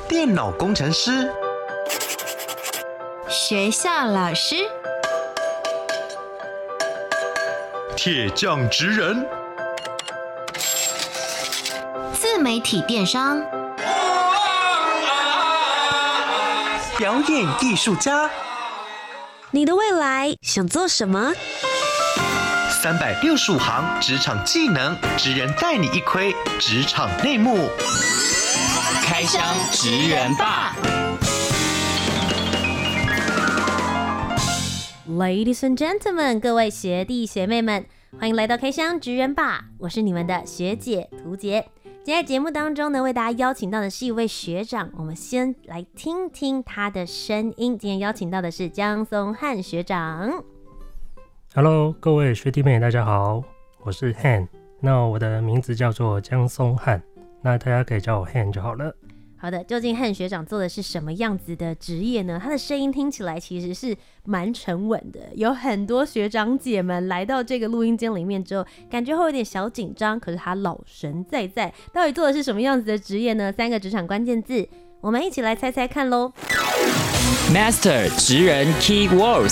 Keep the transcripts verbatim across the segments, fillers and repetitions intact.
电脑工程师， 学校老师， 铁匠职人， 自媒体电商， 表演艺术家。 你的未来想做什么？ 三百六十五行职场技能，职人带你一窥职场内幕。 开箱职人吧 Ladies and gentlemen， 各位学弟学妹们，欢迎来到开箱职人吧，我是你们的学姐涂洁。今天在节目当中呢，为大家邀请到的是一位学长，我们先来听听他的声音。今天邀请到的是江松汉学长。 Hello， 各位学弟妹，大家好，我是 Han， 那我的名字叫做江松汉，那大家可以叫我 Han 就好了。 好的，究竟汉学长做的是什么样子的职业呢？他的声音听起来其实是蛮沉稳的，有很多学长姐们来到这个录音间里面之后，感觉会有点小紧张，可是他老神在在，到底做的是什么样子的职业呢？三个职场关键字，我们一起来猜猜看咯。 Master 职人 Key Words。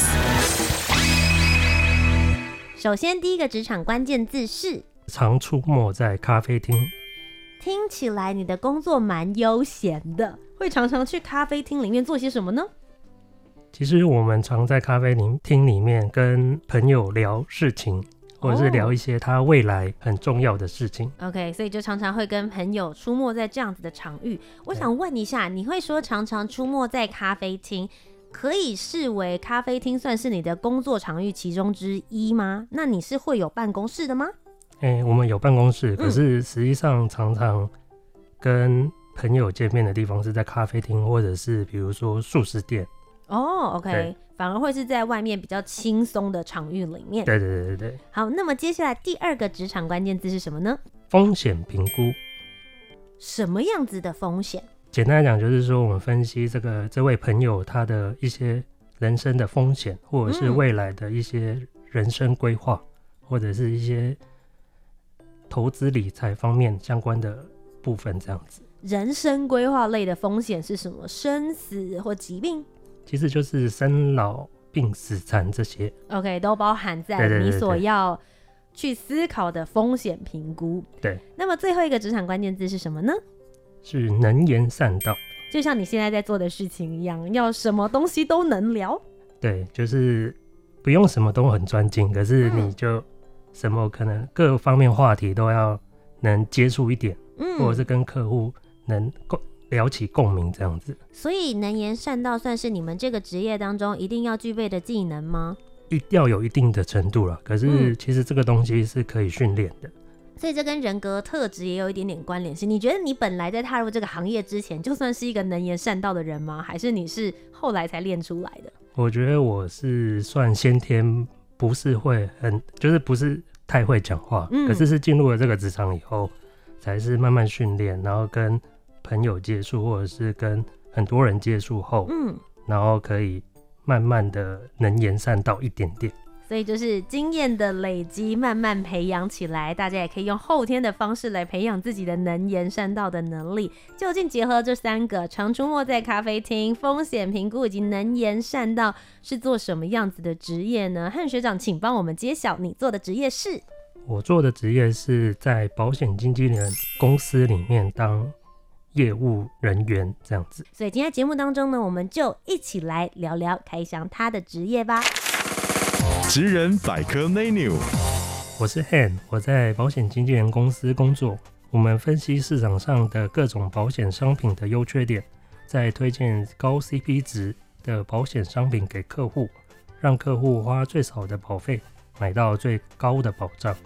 首先第一个职场关键字是常出没在咖啡厅。 听起来你的工作蛮悠闲的，会常常去咖啡厅里面做些什么呢？ 其实我们常在咖啡厅里面跟朋友聊事情，或者是聊一些他未来很重要的事情。 OK， 所以就常常会跟朋友出没在这样子的场域。我想问一下，你会说常常出没在咖啡厅，可以视为咖啡厅算是你的工作场域其中之一吗？那你是会有办公室的吗？ 欸、我们有办公室，可是实际上常常跟朋友见面的地方是在咖啡厅，或者是比如说素食店。 哦、oh, OK， 反而会是在外面比较轻松的场域里面。 对对对对。 好，那么接下来第二个职场关键字是什么呢？ 风险评估。 什么样子的风险？ 简单来讲，就是说我们分析这个这位朋友他的一些人生的风险，或者是未来的一些人生规划、嗯，或者是一些投资理财方面相关的部分，这样子。 人生规划类的风险是什么？生死或疾病？ 其实就是生老病死残这些。 OK， 都包含在你所要去思考的风险评估。 对。 那么最后一个职场关键字是什么呢？ 是能言善道。 就像你现在在做的事情一样，要什么东西都能聊。 对，就是不用什么都很专精，可是你就、嗯。什么可能各方面话题都要能接触一点、嗯、或者是跟客户能聊起共鸣这样子。 所以能言善道算是你们这个职业当中一定要具备的技能吗？ 一定要有一定的程度啦，可是其实这个东西是可以训练的、嗯、 所以这跟人格特质也有一点点关联性。你觉得你本来在踏入这个行业之前就算是一个能言善道的人吗？还是你是后来才练出来的？ 我觉得我是算先天不是会很，就是不是太会讲话、嗯，可是是进入了这个职场以后，才是慢慢训练，然后跟朋友接触，或者是跟很多人接触后，嗯，然后可以慢慢的能言善道一点点。 所以就是经验的累积，慢慢培养起来。大家也可以用后天的方式来培养自己的能言善道的能力。究竟结合这三个，常出没在咖啡厅、风险评估以及能言善道，是做什么样子的职业呢？汉学长，请帮我们揭晓，你做的职业是？ 我做的职业是在保险经纪人公司里面当业务人员这样子。 所以今天节目当中呢，我们就一起来聊聊开箱他的职业吧。 职人百科 menu， 我是 Han， 我在保险经纪人公司工作。我们分析市场上的各种保险商品的优缺点，再推荐高 C P 值的保险商品给客户，让客户花最少的保费买到最高的保障。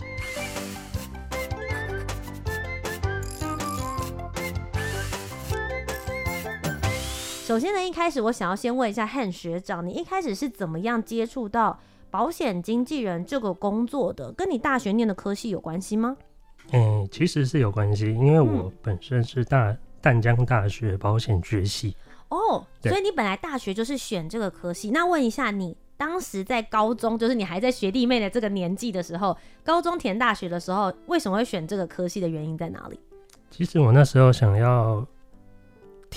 首先呢，一开始我想要先问一下汉学长，你一开始是怎么样接触到保险经纪人这个工作的？跟你大学念的科系有关系吗？ 嗯，其实是有关系，因为我本身是大淡江大学保险学系。 哦，所以你本来大学就是选这个科系。那问一下，你当时在高中，就是你还在学弟妹的这个年纪的时候，高中填大学的时候，为什么会选这个科系的原因在哪里？ 其实我那时候想要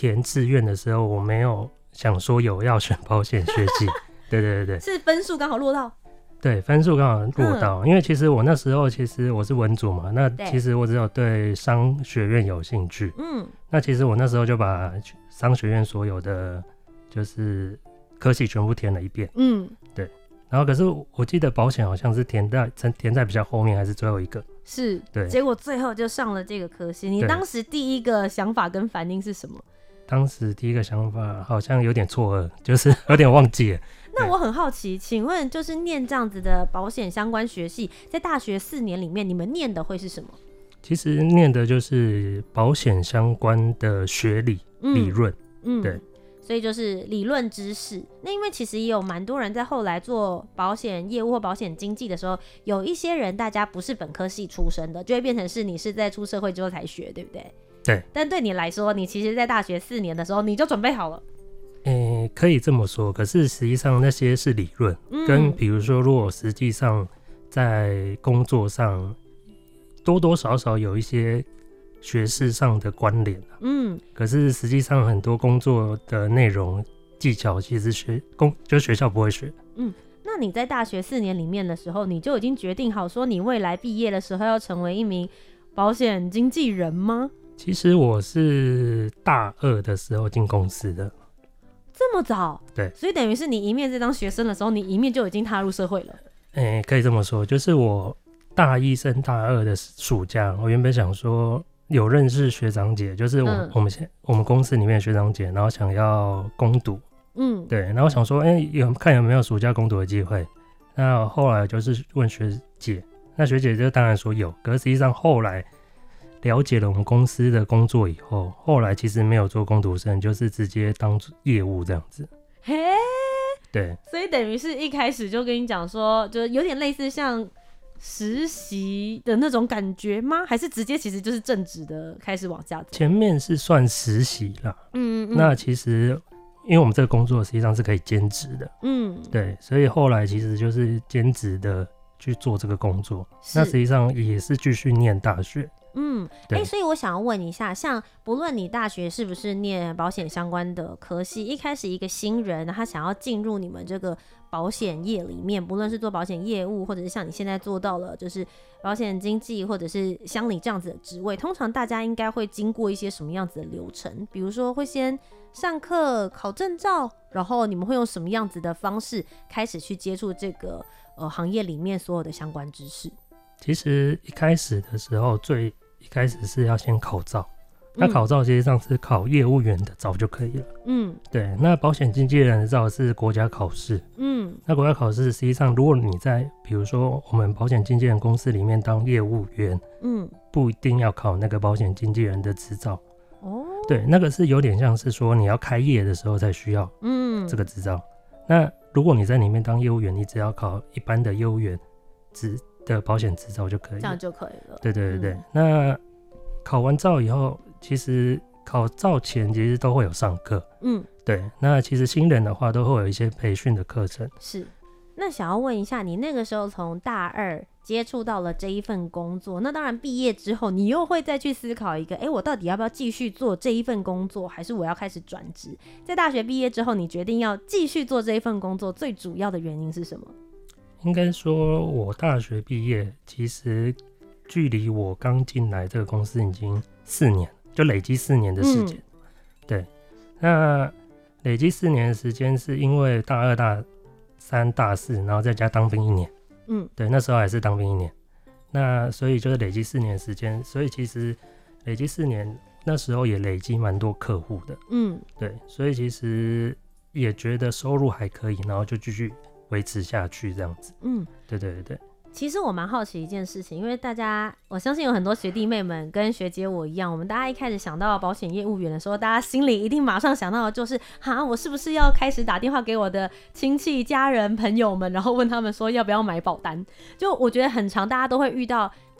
填志愿的时候，我没有想说有要选保险学系。对对对对， 是分数刚好落到。 对，分数刚好落到、嗯，因为其实我那时候其实我是文组嘛，那其实我只有对商学院有兴趣。嗯，那其实我那时候就把商学院所有的就是科系全部填了一遍。嗯，对。然后可是我记得保险好像是填在填在比较后面，还是最后一个？ 是， 对。 结果最后就上了这个科系。你当时第一个想法跟反应是什么？ 当时第一个想法好像有点错愕，就是有点忘记了。 那我很好奇，请问就是念这样子的保险相关学系，在大学四年里面，你们念的会是什么？ 其实念的就是保险相关的学理、嗯、理论，嗯，对， 所以就是理论知识。那因为其实也有蛮多人在后来做保险业务或保险经纪的时候，有一些人大家不是本科系出身的，就会变成是你是在出社会之后才学，对不对？ 对。 但对你来说，你其实在大学四年的时候你就准备好了。 欸、可以这么说，可是实际上那些是理论、嗯、跟比如说如果实际上在工作上多多少少有一些学识上的关联、啊、嗯，可是实际上很多工作的内容技巧其实学工就是学校不会学。 嗯，那你在大学四年里面的时候，你就已经决定好说你未来毕业的时候要成为一名保险经纪人吗？ 其实我是大二的时候进公司的。 这么早？ 对， 所以等于是你一面在当学生的时候，你一面就已经踏入社会了。 欸、可以这么说，就是我大一升大二的暑假，我原本想说有认识学长姐，就是我、嗯、我们我们公司里面的学长姐，然后想要攻读，嗯，对，然后想说，哎、欸，有看有没有暑假攻读的机会。那后来就是问学姐，那学姐就当然说有，可是实际上后来了解了我们公司的工作以后，后来其实没有做工读生，就是直接当业务这样子。 嘿， 对， 所以等于是一开始就跟你讲说，就有点类似像实习的那种感觉吗？还是直接其实就是正职的开始往下走？ 前面是算实习啦，嗯, 嗯，那其实因为我们这个工作实际上是可以兼职的，嗯，对，所以后来其实就是兼职的去做这个工作，那实际上也是继续念大学。 嗯，哎、欸，所以我想要问一下，像不论你大学是不是念保险相关的科系，一开始一个新人他想要进入你们这个保险业里面，不论是做保险业务，或者是像你现在做到了就是保险经纪或者是乡里这样子的职位，通常大家应该会经过一些什么样子的流程？比如说会先上课考证照，然后你们会用什么样子的方式开始去接触这个呃行业里面所有的相关知识？ 其实一开始的时候，最一开始是要先考照，那考照其实上是考业务员的照就可以了。嗯，对。那保险经纪人的照是国家考试。嗯，那国家考试实际上，如果你在比如说我们保险经纪人公司里面当业务员，嗯，不一定要考那个保险经纪人的执照。哦，对，那个是有点像是说你要开业的时候才需要，嗯，这个执照。那如果你在里面当业务员，你只要考一般的业务员执的保险执照就可以了， 这样就可以了。 对对对对、嗯，那考完照以后，其实考照前其实都会有上课，嗯，对。那其实新人的话都会有一些培训的课程。 是。那想要问一下，你那个时候从大二接触到了这一份工作，那当然毕业之后，你又会再去思考一个，哎、欸，我到底要不要继续做这一份工作，还是我要开始转职？在大学毕业之后，你决定要继续做这一份工作，最主要的原因是什么？ 应该说，我大学毕业，其实距离我刚进来这个公司已经四年，就累积四年的时间、嗯。对，那累积四年的时间是因为大二、大三、大四，然后再加当兵一年。嗯，对，那时候还是当兵一年，那所以就是累积四年的时间，所以其实累积四年，那时候也累积蛮多客户的。嗯，对，所以其实也觉得收入还可以，然后就继续维持下去这样子。嗯，对对对对。 其实我蛮好奇一件事情，因为大家我相信有很多学弟妹们跟学姐我一样，我们大家一开始想到保险业务员的时候，大家心里一定马上想到的就是哈，我是不是要开始打电话给我的亲戚家人朋友们，然后问他们说要不要买保单。就我觉得很常大家都会遇到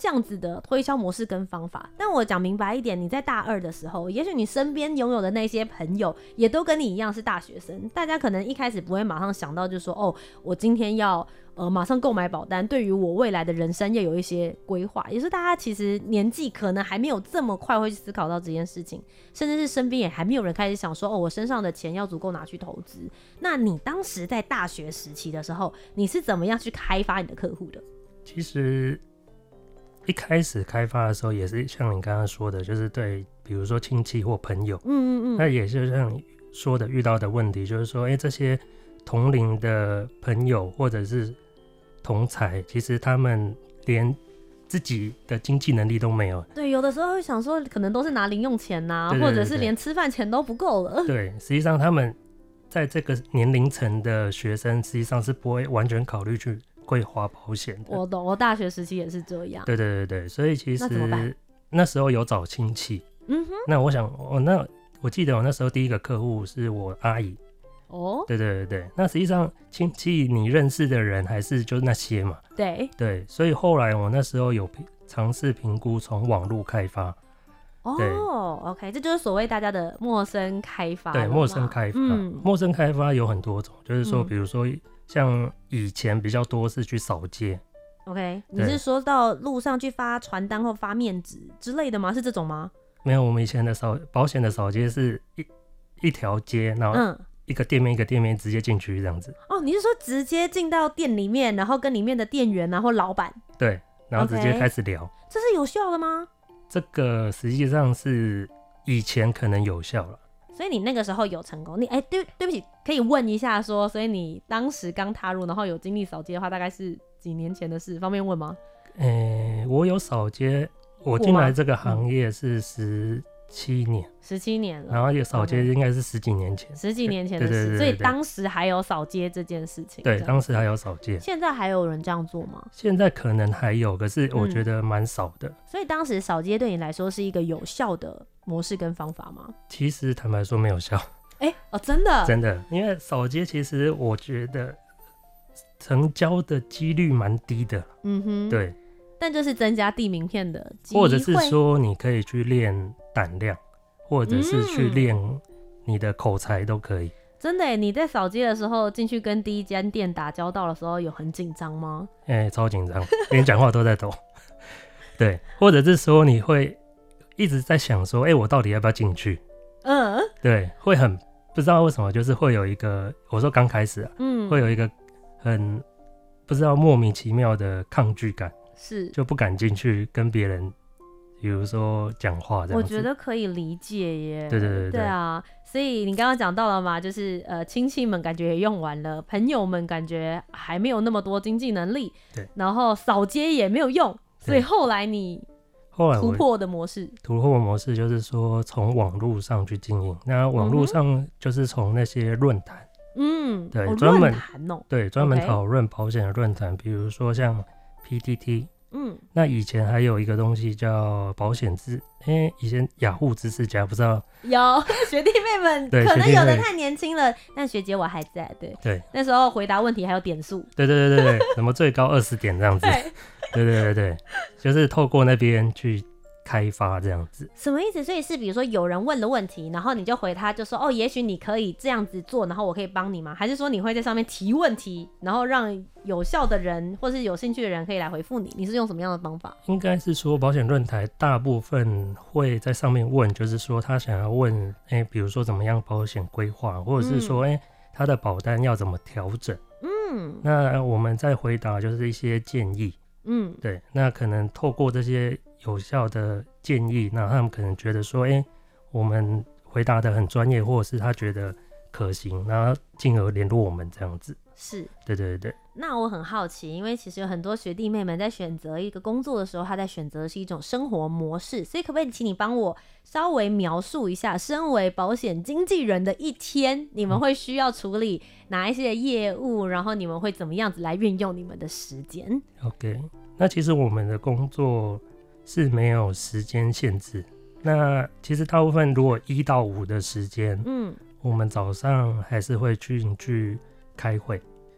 这样子的推销模式跟方法。但我讲明白一点，你在大二的时候，也许你身边拥有的那些朋友也都跟你一样是大学生，大家可能一开始不会马上想到就说，哦，我今天要呃马上购买保单，对于我未来的人生要有一些规划，也是大家其实年纪可能还没有这么快会去思考到这件事情，甚至是身边也还没有人开始想说，哦，我身上的钱要足够拿去投资。那你当时在大学时期的时候，你是怎么样去开发你的客户的？ 其实一开始开发的时候，也是像你刚刚说的，就是对，比如说亲戚或朋友，嗯嗯嗯，那也是像你说的遇到的问题，就是说，哎、欸，这些同龄的朋友或者是同才，其实他们连自己的经济能力都没有。 对，有的时候会想说，可能都是拿零用钱呐、啊， 对对对对， 或者是连吃饭钱都不够了。 对，实际上他们在这个年龄层的学生，实际上是不会完全考虑去规划保险的。 我懂，我大学时期也是这样。 对对对对，所以其那怎么办？ 实那时候有找亲戚。嗯哼。那我想，我那我记得我那时候第一个客户是我阿姨。哦。对对对对，那实际上亲戚你认识的人还是就那些嘛。 对。对， 所以后来我那时候有尝试评估从网络开发。 哦 ，OK， 这就是所谓大家的陌生开发。 对，陌生开发，嗯、陌生开发有很多种，就是说，比如说。嗯，像以前比较多是去扫街 ，OK， 你是说到路上去发传单或发面纸之类的吗？是这种吗？ 没有，我们以前的扫保险的扫街是一一条街，然后一个店面一个店面直接进去这样子。 哦，你是说直接进到店里面，然后跟里面的店员啊或老板？ 对，然后直接开始聊。 Okay，这是有效的吗？ 这个实际上是以前可能有效了。 所以你那个时候有成功？你哎、欸，对对不起，可以问一下说，所以你当时刚踏入，然后有经历扫街的话，大概是几年前的事？方便问吗？ 呃、欸，我有扫街，我进来这个行业是十七年， 十七年了， 然后有扫街应该是十几年前， 十几年前的事。对对对对对，所以当时还有扫街这件事情。 对，当时还有扫街。 现在还有人这样做吗？ 现在可能还有，可是我觉得蛮少的、嗯。 所以当时扫街对你来说是一个有效的模式跟方法吗？ 其实坦白说没有效。 哎、欸、哦，真的真的，因为扫街其实我觉得成交的几率蛮低的。嗯哼，对。 但就是增加递名片的机会， 或者是说你可以去练胆量，或者是去练你的口才都可以。嗯、 真的耶，你在扫街的时候进去跟第一间店打交道的时候，有很紧张吗？ 哎、欸，超紧张，连讲话都在抖。对，或者是说你会一直在想说，哎、欸，我到底要不要进去？嗯，对，会很不知道为什么，就是会有一个，我说刚开始啊，嗯，会有一个很不知道莫名其妙的抗拒感。是，就不敢进去跟别人，比如说讲话这样子。 我觉得可以理解耶。 对对对 对, 对啊，所以你刚刚讲到了嘛，就是呃亲戚们感觉也用完了，朋友们感觉还没有那么多经济能力，对，然后扫街也没有用，所以后来你后来突破的模式， 突破的模式就是说从网络上去经营。那网络上就是从那些论坛，嗯，对，专门、哦、对专门讨论保险的论坛， okay. 比如说像P T T， 嗯，那以前还有一个东西叫保险知，因为以前雅虎知识家不知道有学弟妹们，可能有的太年轻了，但学姐我还在，对对，那时候回答问题还有点数， 对对对对，什么最高二十点这样子，对对对对，就是透过那边去开发这样子。 什么意思？所以是比如说有人问了问题，然后你就回他，就说哦，也许你可以这样子做，然后我可以帮你吗？还是说你会在上面提问题，然后让有效的人或是有兴趣的人可以来回复你？你是用什么样的方法？ 应该是说保险论坛大部分会在上面问，就是说他想要问，哎、欸，比如说怎么样保险规划，或者是说，哎、嗯欸，他的保单要怎么调整？嗯，那我们再回答就是一些建议。嗯，对，那可能透过这些有效的建议，那他们可能觉得说，哎、欸，我们回答的很专业，或者是他觉得可行，然后进而联络我们这样子。是，对对对。 那我很好奇，因为其实有很多学弟妹们在选择一个工作的时候，他在选择的是一种生活模式，所以可不可以请你帮我稍微描述一下，身为保险经纪人的一天，你们会需要处理哪一些业务，然后你们会怎么样子来运用你们的时间 ？OK， 那其实我们的工作是没有时间限制。那其实大部分如果一到五的时间，嗯，我们早上还是会去去开会。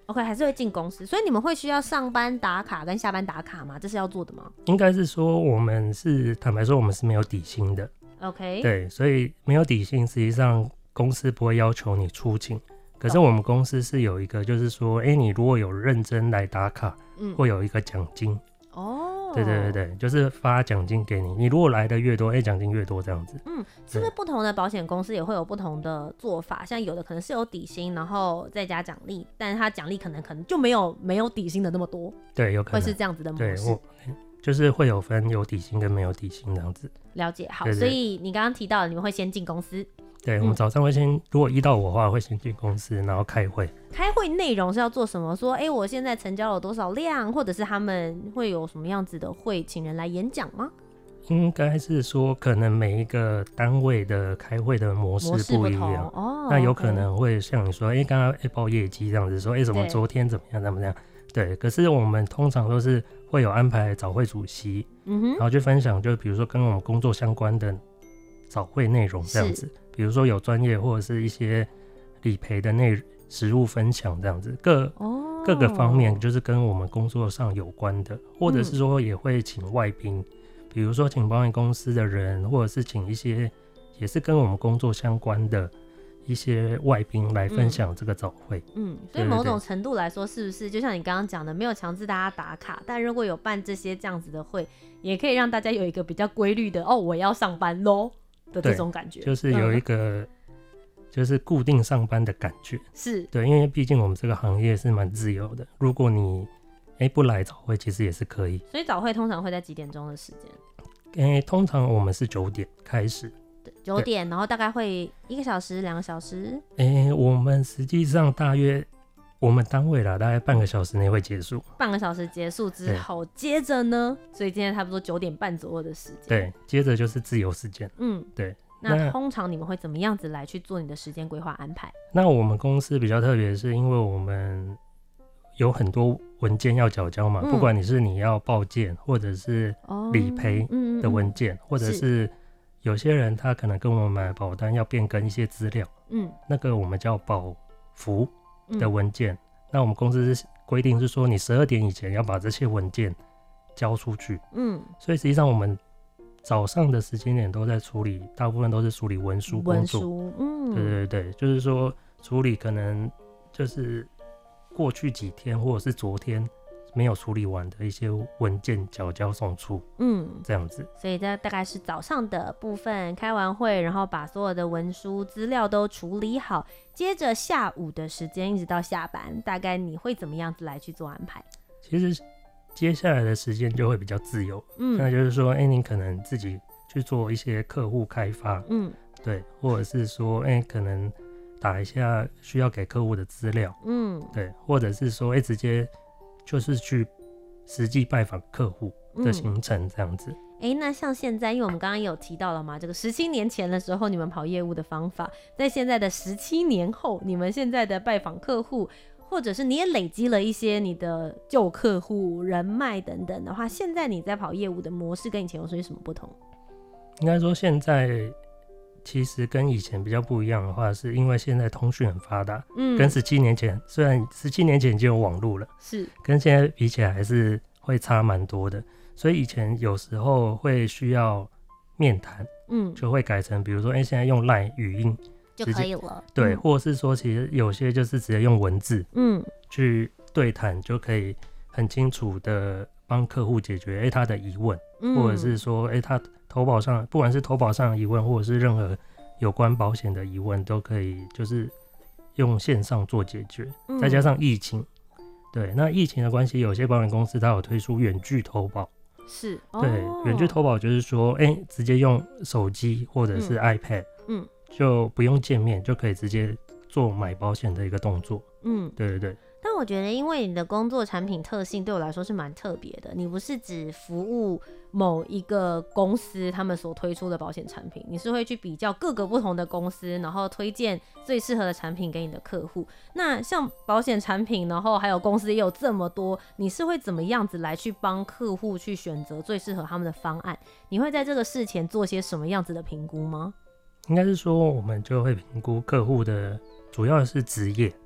OK， 还是会进公司，所以你们会需要上班打卡跟下班打卡吗？这是要做的吗？ 应该是说我们是坦白说我们是没有底薪的。 OK， 对，所以没有底薪，实际上公司不会要求你出勤。可是我们公司是有一个，就是说，哎、欸，你如果有认真来打卡，嗯，会有一个奖金。哦，对对对对，就是发奖金给你，你如果来的越多，哎、欸，奖金越多这样子。 嗯，是不是不同的保险公司也会有不同的做法？像有的可能是有底薪，然后再加奖励，但是它奖励可能可能就没有没有底薪的那么多。 对，有可能会是这样子的模式。 对，我就是会有分有底薪跟没有底薪这样子。 了解，好， 对对， 所以你刚刚提到的，你们会先进公司。 对，我们早上会先，嗯、如果一到五的话，会先进公司，然后开会。 开会内容是要做什么？说，哎、欸，我现在成交了多少量，或者是他们会有什么样子的会请人来演讲吗？ 应该是说，可能每一个单位的开会的模式不一样。哦，那有可能会像你说，哎、欸，刚刚哎报业绩这样子说，哎、欸，什么昨天怎么样，怎么样？对，可是我们通常都是会有安排早会主席，嗯哼，然后去分享，就比如说跟我们工作相关的早会内容这样子。比如说有专业或者是一些理赔的内实务分享这样子，各、哦、各个方面就是跟我们工作上有关的，或者是说也会请外宾、嗯，比如说请保险公司的人，或者是请一些也是跟我们工作相关的一些外宾来分享这个早会。嗯， 嗯，所以某种程度来说，是不是就像你刚刚讲的，没有强制大家打卡，但如果有办这些这样子的会，也可以让大家有一个比较规律的哦，我要上班咯的这种感觉， 就是有一个、嗯、就是固定上班的感觉。 是， 对，因为毕竟我们这个行业是蛮自由的，如果你哎、欸、不来早会，其实也是可以。 所以早会通常会在几点钟的时间？ 哎、欸，通常我们是九点开始。 对，九点，然后大概会一个小时、两个小时。 哎、欸，我们实际上大约我们单位啦，大概半个小时内会结束。 半个小时结束之后，接着呢？所以今天差不多九点半左右的时间。 对，接着就是自由时间。嗯，对。 那, 那通常你们会怎么样子来去做你的时间规划安排？ 那我们公司比较特别，是因为我们有很多文件要缴交嘛，嗯、不管你是你要报件，或者是理赔的文件，哦嗯嗯嗯，或者是有些人他可能跟我们买保单要变更一些资料，嗯，那个我们叫保服的文件，嗯、那我们公司是规定是说，你十二点以前要把这些文件交出去，嗯，所以实际上我们早上的时间点都在处理，大部分都是处理文书工作，文书，嗯，对对对，就是说处理可能就是过去几天或者是昨天没有处理完的一些文件缴交送出，嗯，这样子。 所以这大概是早上的部分开完会，然后把所有的文书资料都处理好，接着下午的时间一直到下班，大概你会怎么样子来去做安排？ 其实接下来的时间就会比较自由，嗯，那就是说，哎、欸，你可能自己去做一些客户开发，嗯，对，或者是说，哎、欸，可能打一下需要给客户的资料，嗯，对，或者是说，哎、欸，直接就是去实际拜访客户的行程这样子。 哎、嗯欸，那像现在，因为我们刚刚也有提到了嘛，这个十七年前的时候你们跑业务的方法，在现在的十七年后，你们现在的拜访客户，或者是你也累积了一些你的旧客户人脉等等的话，现在你在跑业务的模式跟以前有什么不同？ 应该说现在其实跟以前比较不一样的话，是因为现在通讯很发达，嗯，跟十七年前，虽然十七年前已经有网络了，是跟现在比起来还是会差蛮多的，所以以前有时候会需要面谈，嗯，就会改成比如说哎、欸，现在用 LINE 语音就可以了， 对、嗯，或者是说其实有些就是直接用文字，嗯，去对谈就可以很清楚的帮客户解决哎、欸、他的疑问、嗯，或者是说哎、欸、他投保上不管是投保上的疑问，或者是任何有关保险的疑问，都可以就是用线上做解决。嗯、再加上疫情，对，那疫情的关系，有些保险公司它有推出远距投保， 是， 对，远、哦、距投保就是说，哎、欸，直接用手机或者是 iPad， 嗯。就不用见面就可以直接做买保险的一个动作，嗯，对对对。 但我觉得因为你的工作产品特性对我来说是蛮特别的，你不是只服务某一个公司他们所推出的保险产品，你是会去比较各个不同的公司，然后推荐最适合的产品给你的客户。那像保险产品然后还有公司也有这么多，你是会怎么样子来去帮客户去选择最适合他们的方案？你会在这个事前做些什么样子的评估吗？ 应该是说我们就会评估客户的主要是职业，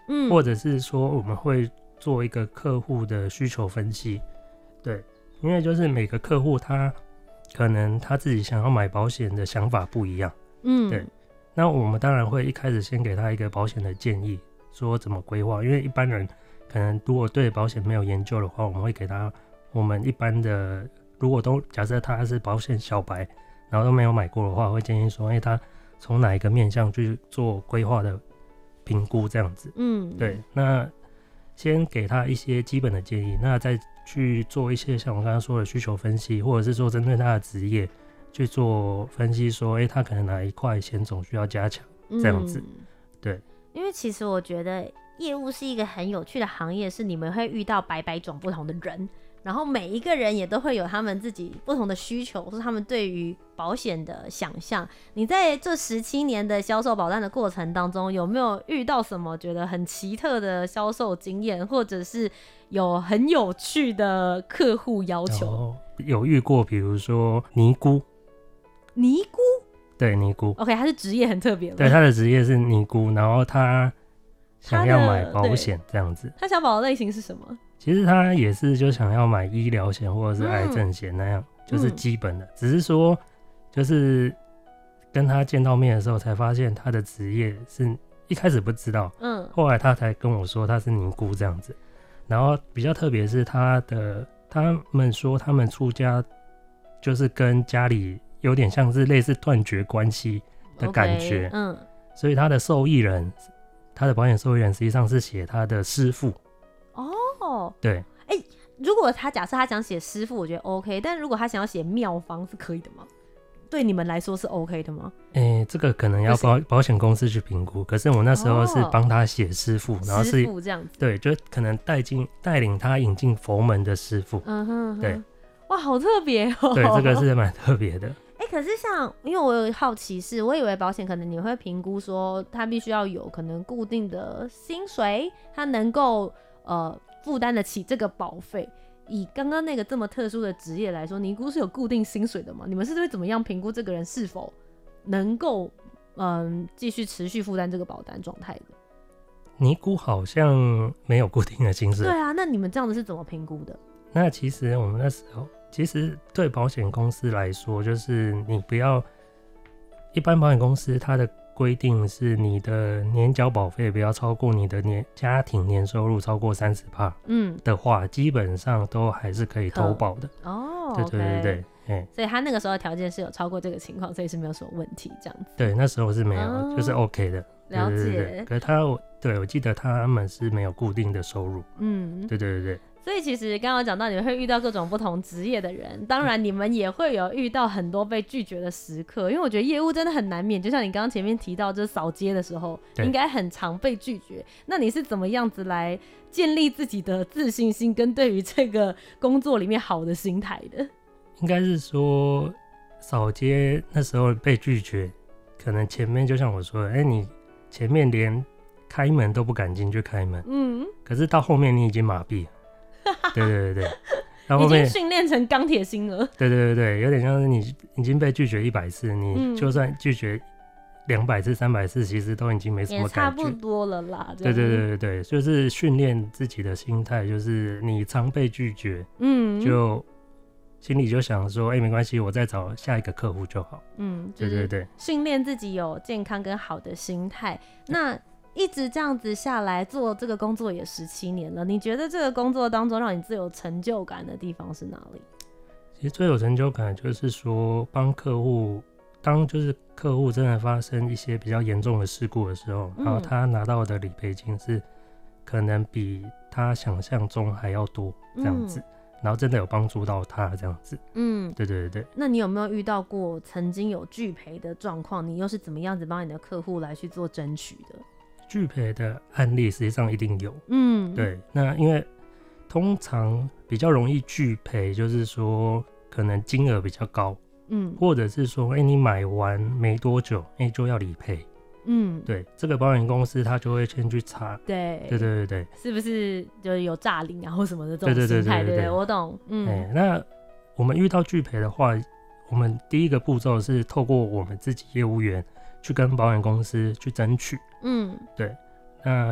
嗯， 或者是说我们会做一个客户的需求分析，对，因为就是每个客户他可能他自己想要买保险的想法不一样， 嗯， 对，那我们当然会一开始先给他一个保险的建议，说怎么规划，因为一般人可能如果对保险没有研究的话，我们会给他我们一般的，如果都假设他是保险小白，然后都没有买过的话，会建议说，哎、欸，他从哪一个面向去做规划的评估这样子， 嗯， 对，那先给他一些基本的建议，那再去做一些像我刚刚说的需求分析，或者是说针对他的职业去做分析，说，哎、欸，他可能哪一块险种需要加强，这样子， 嗯， 对。 因为其实我觉得业务是一个很有趣的行业，是你们会遇到百百种不同的人，然后每一个人也都会有他们自己不同的需求，或是他们对于保险的想象。你在这十七年的销售保单的过程当中，有没有遇到什么觉得很奇特的销售经验，或者是有很有趣的客户要求？ 哦，有遇过，比如说尼姑。 尼姑？ 对，尼姑。 OK， 他是职业很特别了。 对，他的职业是尼姑，然后他想要买保险这样子。 他想保的类型是什么？ 其实他也是就想要买医疗险或者是癌症险那样，嗯，就是基本的，嗯。只是说，就是跟他见到面的时候才发现他的职业是一开始不知道，嗯，后来他才跟我说他是尼姑这样子。然后比较特别是他的，他们说他们出家就是跟家里有点像是类似断绝关系的感觉， okay， 嗯， 所以他的受益人，他的保险受益人实际上是写他的师父。 哦， 对， 哎、欸，如果他假设他想写师父，我觉得 OK， 但如果他想要写妙方，是可以的吗？对你们来说是 OK 的吗？ 哎、欸，这个可能要保保险公司去评估。可是我那时候是帮他写师父，哦，然后是师父这样子， 对，就可能带进带领他引进佛门的师父。 嗯哼， 对， 哇，好特别哦。 对，这个是蛮特别的。 哎、欸，可是像，因为我有好奇是，我以为保险可能你会评估说，他必须要有可能固定的薪水，他能够呃负担得起这个保费。以刚刚那个这么特殊的职业来说，尼姑是有固定薪水的吗？你们是会怎么样评估这个人是否能够嗯继续持续负担这个保单状态的？ 尼姑好像没有固定的薪水。 对啊，那你们这样子是怎么评估的？ 那其实我们那时候，其实对保险公司来说，就是你不要，一般保险公司它的规定是你的年缴保费不要超过你的年家庭年收入超过 百分之三十 嗯的话，基本上都还是可以投保的。 哦， 对对对对，欸， 所以他那个时候的条件是有超过这个情况，所以是没有什么问题这样子。 对，那时候是没有， 哦， 就是 OK 的。 了解。 对对对，可是他，对，我记得他们是没有固定的收入。嗯，对对对对。 所以其实刚刚讲到你们会遇到各种不同职业的人，当然你们也会有遇到很多被拒绝的时刻，因为我觉得业务真的很难免，就像你刚刚前面提到，就是扫街的时候应该很常被拒绝。那你是怎么样子来建立自己的自信心跟对于这个工作里面好的心态的？ 应该是说扫街那时候被拒绝，可能前面就像我说的，哎、欸，你前面连开门都不敢进去开门，嗯，可是到后面你已经麻痹了。对对对对，然后后面已经训练成钢铁心了。对对对对，有点像是你已经被拒绝一百次，你就算拒绝两百次、三百次，其实都已经没什么感觉， 也差不多了啦。 对对对对对，就是训练自己的心态，就是你常被拒绝，嗯，就心里就想说，哎、欸，没关系，我再找下一个客户就好。嗯，对对对， 训练自己有健康跟好的心态。那一直这样子下来做这个工作也十七年了，你觉得这个工作当中让你最有成就感的地方是哪里？ 其实最有成就感就是说帮客户，当就是客户真的发生一些比较严重的事故的时候，嗯、然后他拿到的理赔金是可能比他想象中还要多这样子，嗯、然后真的有帮助到他这样子。嗯，对对对对。 那你有没有遇到过曾经有拒赔的状况？你又是怎么样子帮你的客户来去做争取的？ 拒赔的案例实际上一定有，嗯，对，那因为通常比较容易拒赔，就是说可能金额比较高，嗯，或者是说，哎、欸，你买完没多久，哎、欸，就要理赔，嗯，对，这个保险公司他就会先去查， 对， 对对对对， 是不是就是有诈领啊或什么的这种心态，对对对，我懂，嗯， 欸，那我们遇到拒赔的话，我们第一个步骤是透过我们自己业务员去跟保险公司去争取，嗯，对，那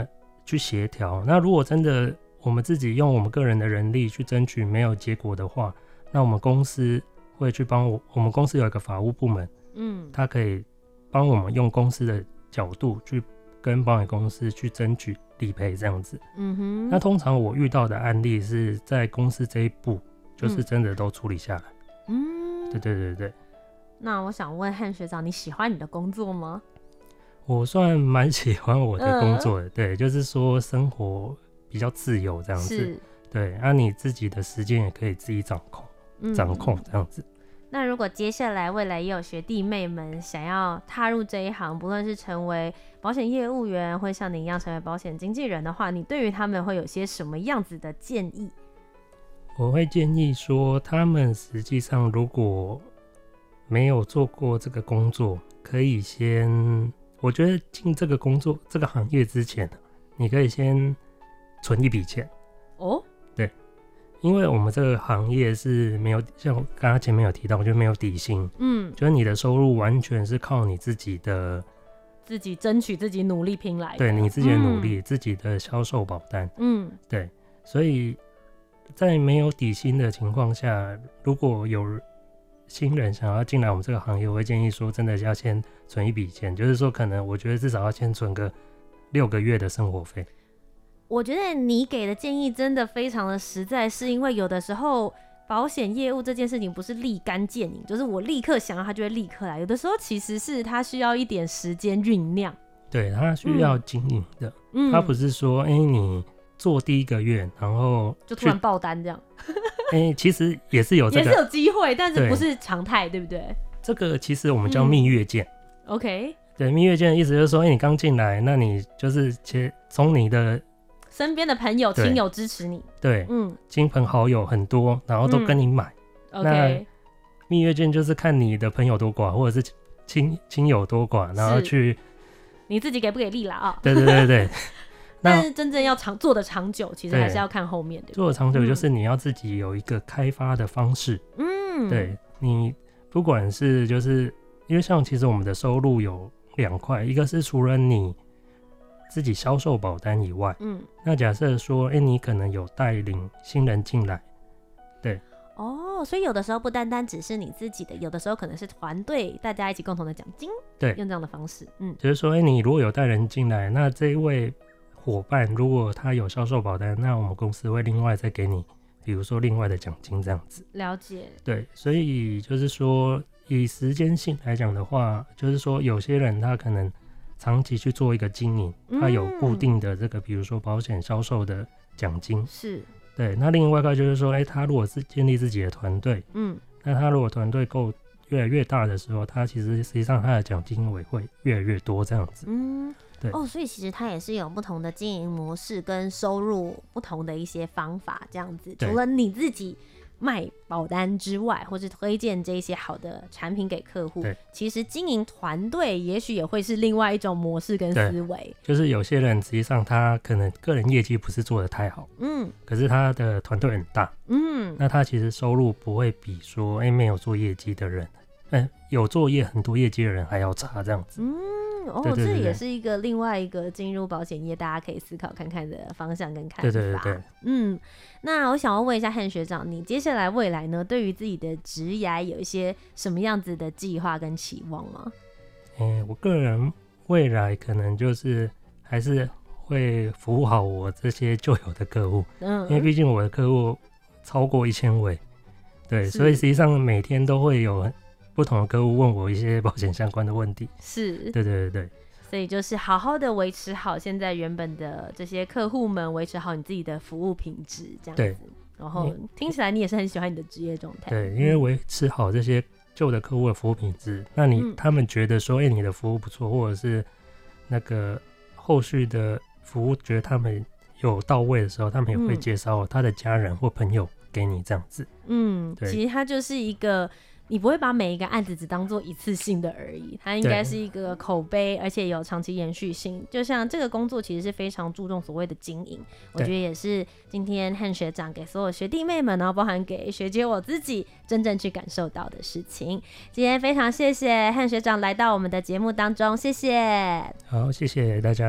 去协调。那如果真的我们自己用我们个人的人力去争取没有结果的话，那我们公司会去帮我，我们公司有一个法务部门，嗯，它可以帮我们用公司的角度去跟保险公司去争取理赔这样子。嗯哼。那通常我遇到的案例是在公司这一步，就是真的都处理下来。嗯，对对对对。 那我想问汉学长，你喜欢你的工作吗？ 我算蛮喜欢我的工作的，呃、对，就是说生活比较自由这样子，对，那、啊、你自己的时间也可以自己掌控，嗯、掌控这样子。 那如果接下来未来也有学弟妹们想要踏入这一行，不论是成为保险业务员，或像你一样成为保险经纪人的话，你对于他们会有些什么样子的建议？ 我会建议说，他们实际上如果没有做过这个工作，可以先。我觉得进这个工作这个行业之前，你可以先存一笔钱哦。对，因为我们这个行业是没有像我刚刚前面有提到，就没有底薪，嗯，就是你的收入完全是靠你自己的自己争取、自己努力拼来的， 对你自己的努力、嗯、自己的销售保单，嗯，对，所以在没有底薪的情况下，如果有新人想要进来我们这个行业，我会建议说，真的要先存一笔钱，就是说，可能我觉得至少要先存个六个月的生活费。 我觉得你给的建议真的非常的实在，是因为有的时候保险业务这件事情不是立竿见影，就是我立刻想要它就会立刻来，有的时候其实是它需要一点时间酝酿。 对，它需要经营的，嗯，它不是说，哎、欸，你做第一个月，然后就突然爆单这样。 哎、欸，其实也是有这个， 也是有机会，但是不是常态， 对, 对不对？ 这个其实我们叫蜜月件。 嗯、OK。 对，蜜月件的意思就是说，哎、欸，你刚进来，那你就是从你的身边的朋友、亲友支持你， 对，嗯，亲朋好友很多，然后都跟你买。嗯、 OK。 那蜜月件就是看你的朋友多寡，或者是亲亲友多寡，然后去你自己给不给力啦啊、哦？ 对对对对。 但是真正要长做的长久，其实还是要看后面的。 做的长久就是你要自己有一个开发的方式。嗯，对，你不管是就是因为像其实我们的收入有两块，一个是除了你自己销售保单以外，嗯，那假设说，哎、欸，你可能有带领新人进来，对。 哦，所以有的时候不单单只是你自己的，有的时候可能是团队大家一起共同的奖金， 对， 用这样的方式，嗯， 就是说，哎、欸，你如果有带人进来，那这一位伙伴如果他有销售保单，那我们公司会另外再给你，比如说另外的奖金这样子。 了解。 对，所以就是说，以时间性来讲的话，就是说有些人他可能长期去做一个经营，他有固定的这个，比如说保险销售的奖金。 是。 对，那另外一个就是说，哎、欸，他如果是建立自己的团队，嗯，那他如果团队够越来越大的时候，他其实实际上他的奖金也会越来越多这样子。嗯。 哦，所以其实它也是有不同的经营模式跟收入不同的一些方法，这样子。 除了你自己卖保单之外，或是推荐这些好的产品给客户，其实经营团队也许也会是另外一种模式跟思维。 就是有些人实际上他可能个人业绩不是做得太好，嗯，可是他的团队很大，嗯，那他其实收入不会比说哎、欸、没有做业绩的人，嗯，有做业很多业绩的人还要差这样子。 嗯。哦，对对对对，这也是一个另外一个进入保险业大家可以思考看看的方向跟看法。 对对对对， 嗯，那我想要问一下汉学长，你接下来未来呢，对于自己的职涯有一些什么样子的计划跟期望吗？ 欸，我个人未来可能就是还是会服务好我这些旧有的客户，嗯，因为毕竟我的客户超过一千位，对，所以实际上每天都会有不同的客户问我一些保险相关的问题， 是， 对对对对， 所以就是好好的维持好现在原本的这些客户们，维持好你自己的服务品质，这样子。对，然后听起来你也是很喜欢你的职业状态。 对，因为维持好这些旧的客户的服务品质，那你、嗯、他们觉得说，哎、欸，你的服务不错，或者是那个后续的服务觉得他们有到位的时候，他们也会介绍他的家人或朋友给你这样子。嗯， 对，其实它就是一个。你不会把每一个案子只当做一次性的而已，它应该是一个口碑，而且有长期延续性。就像这个工作其实是非常注重所谓的经营，我觉得也是今天汉学长给所有学弟妹们，然后包含给学姐我自己真正去感受到的事情。今天非常谢谢汉学长来到我们的节目当中，谢谢。 好，谢谢大家。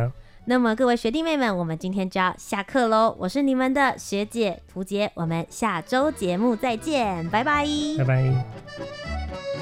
那么各位学弟妹们，我们今天就要下课喽。我是你们的学姐涂洁，我们下周节目再见，拜拜， 拜拜。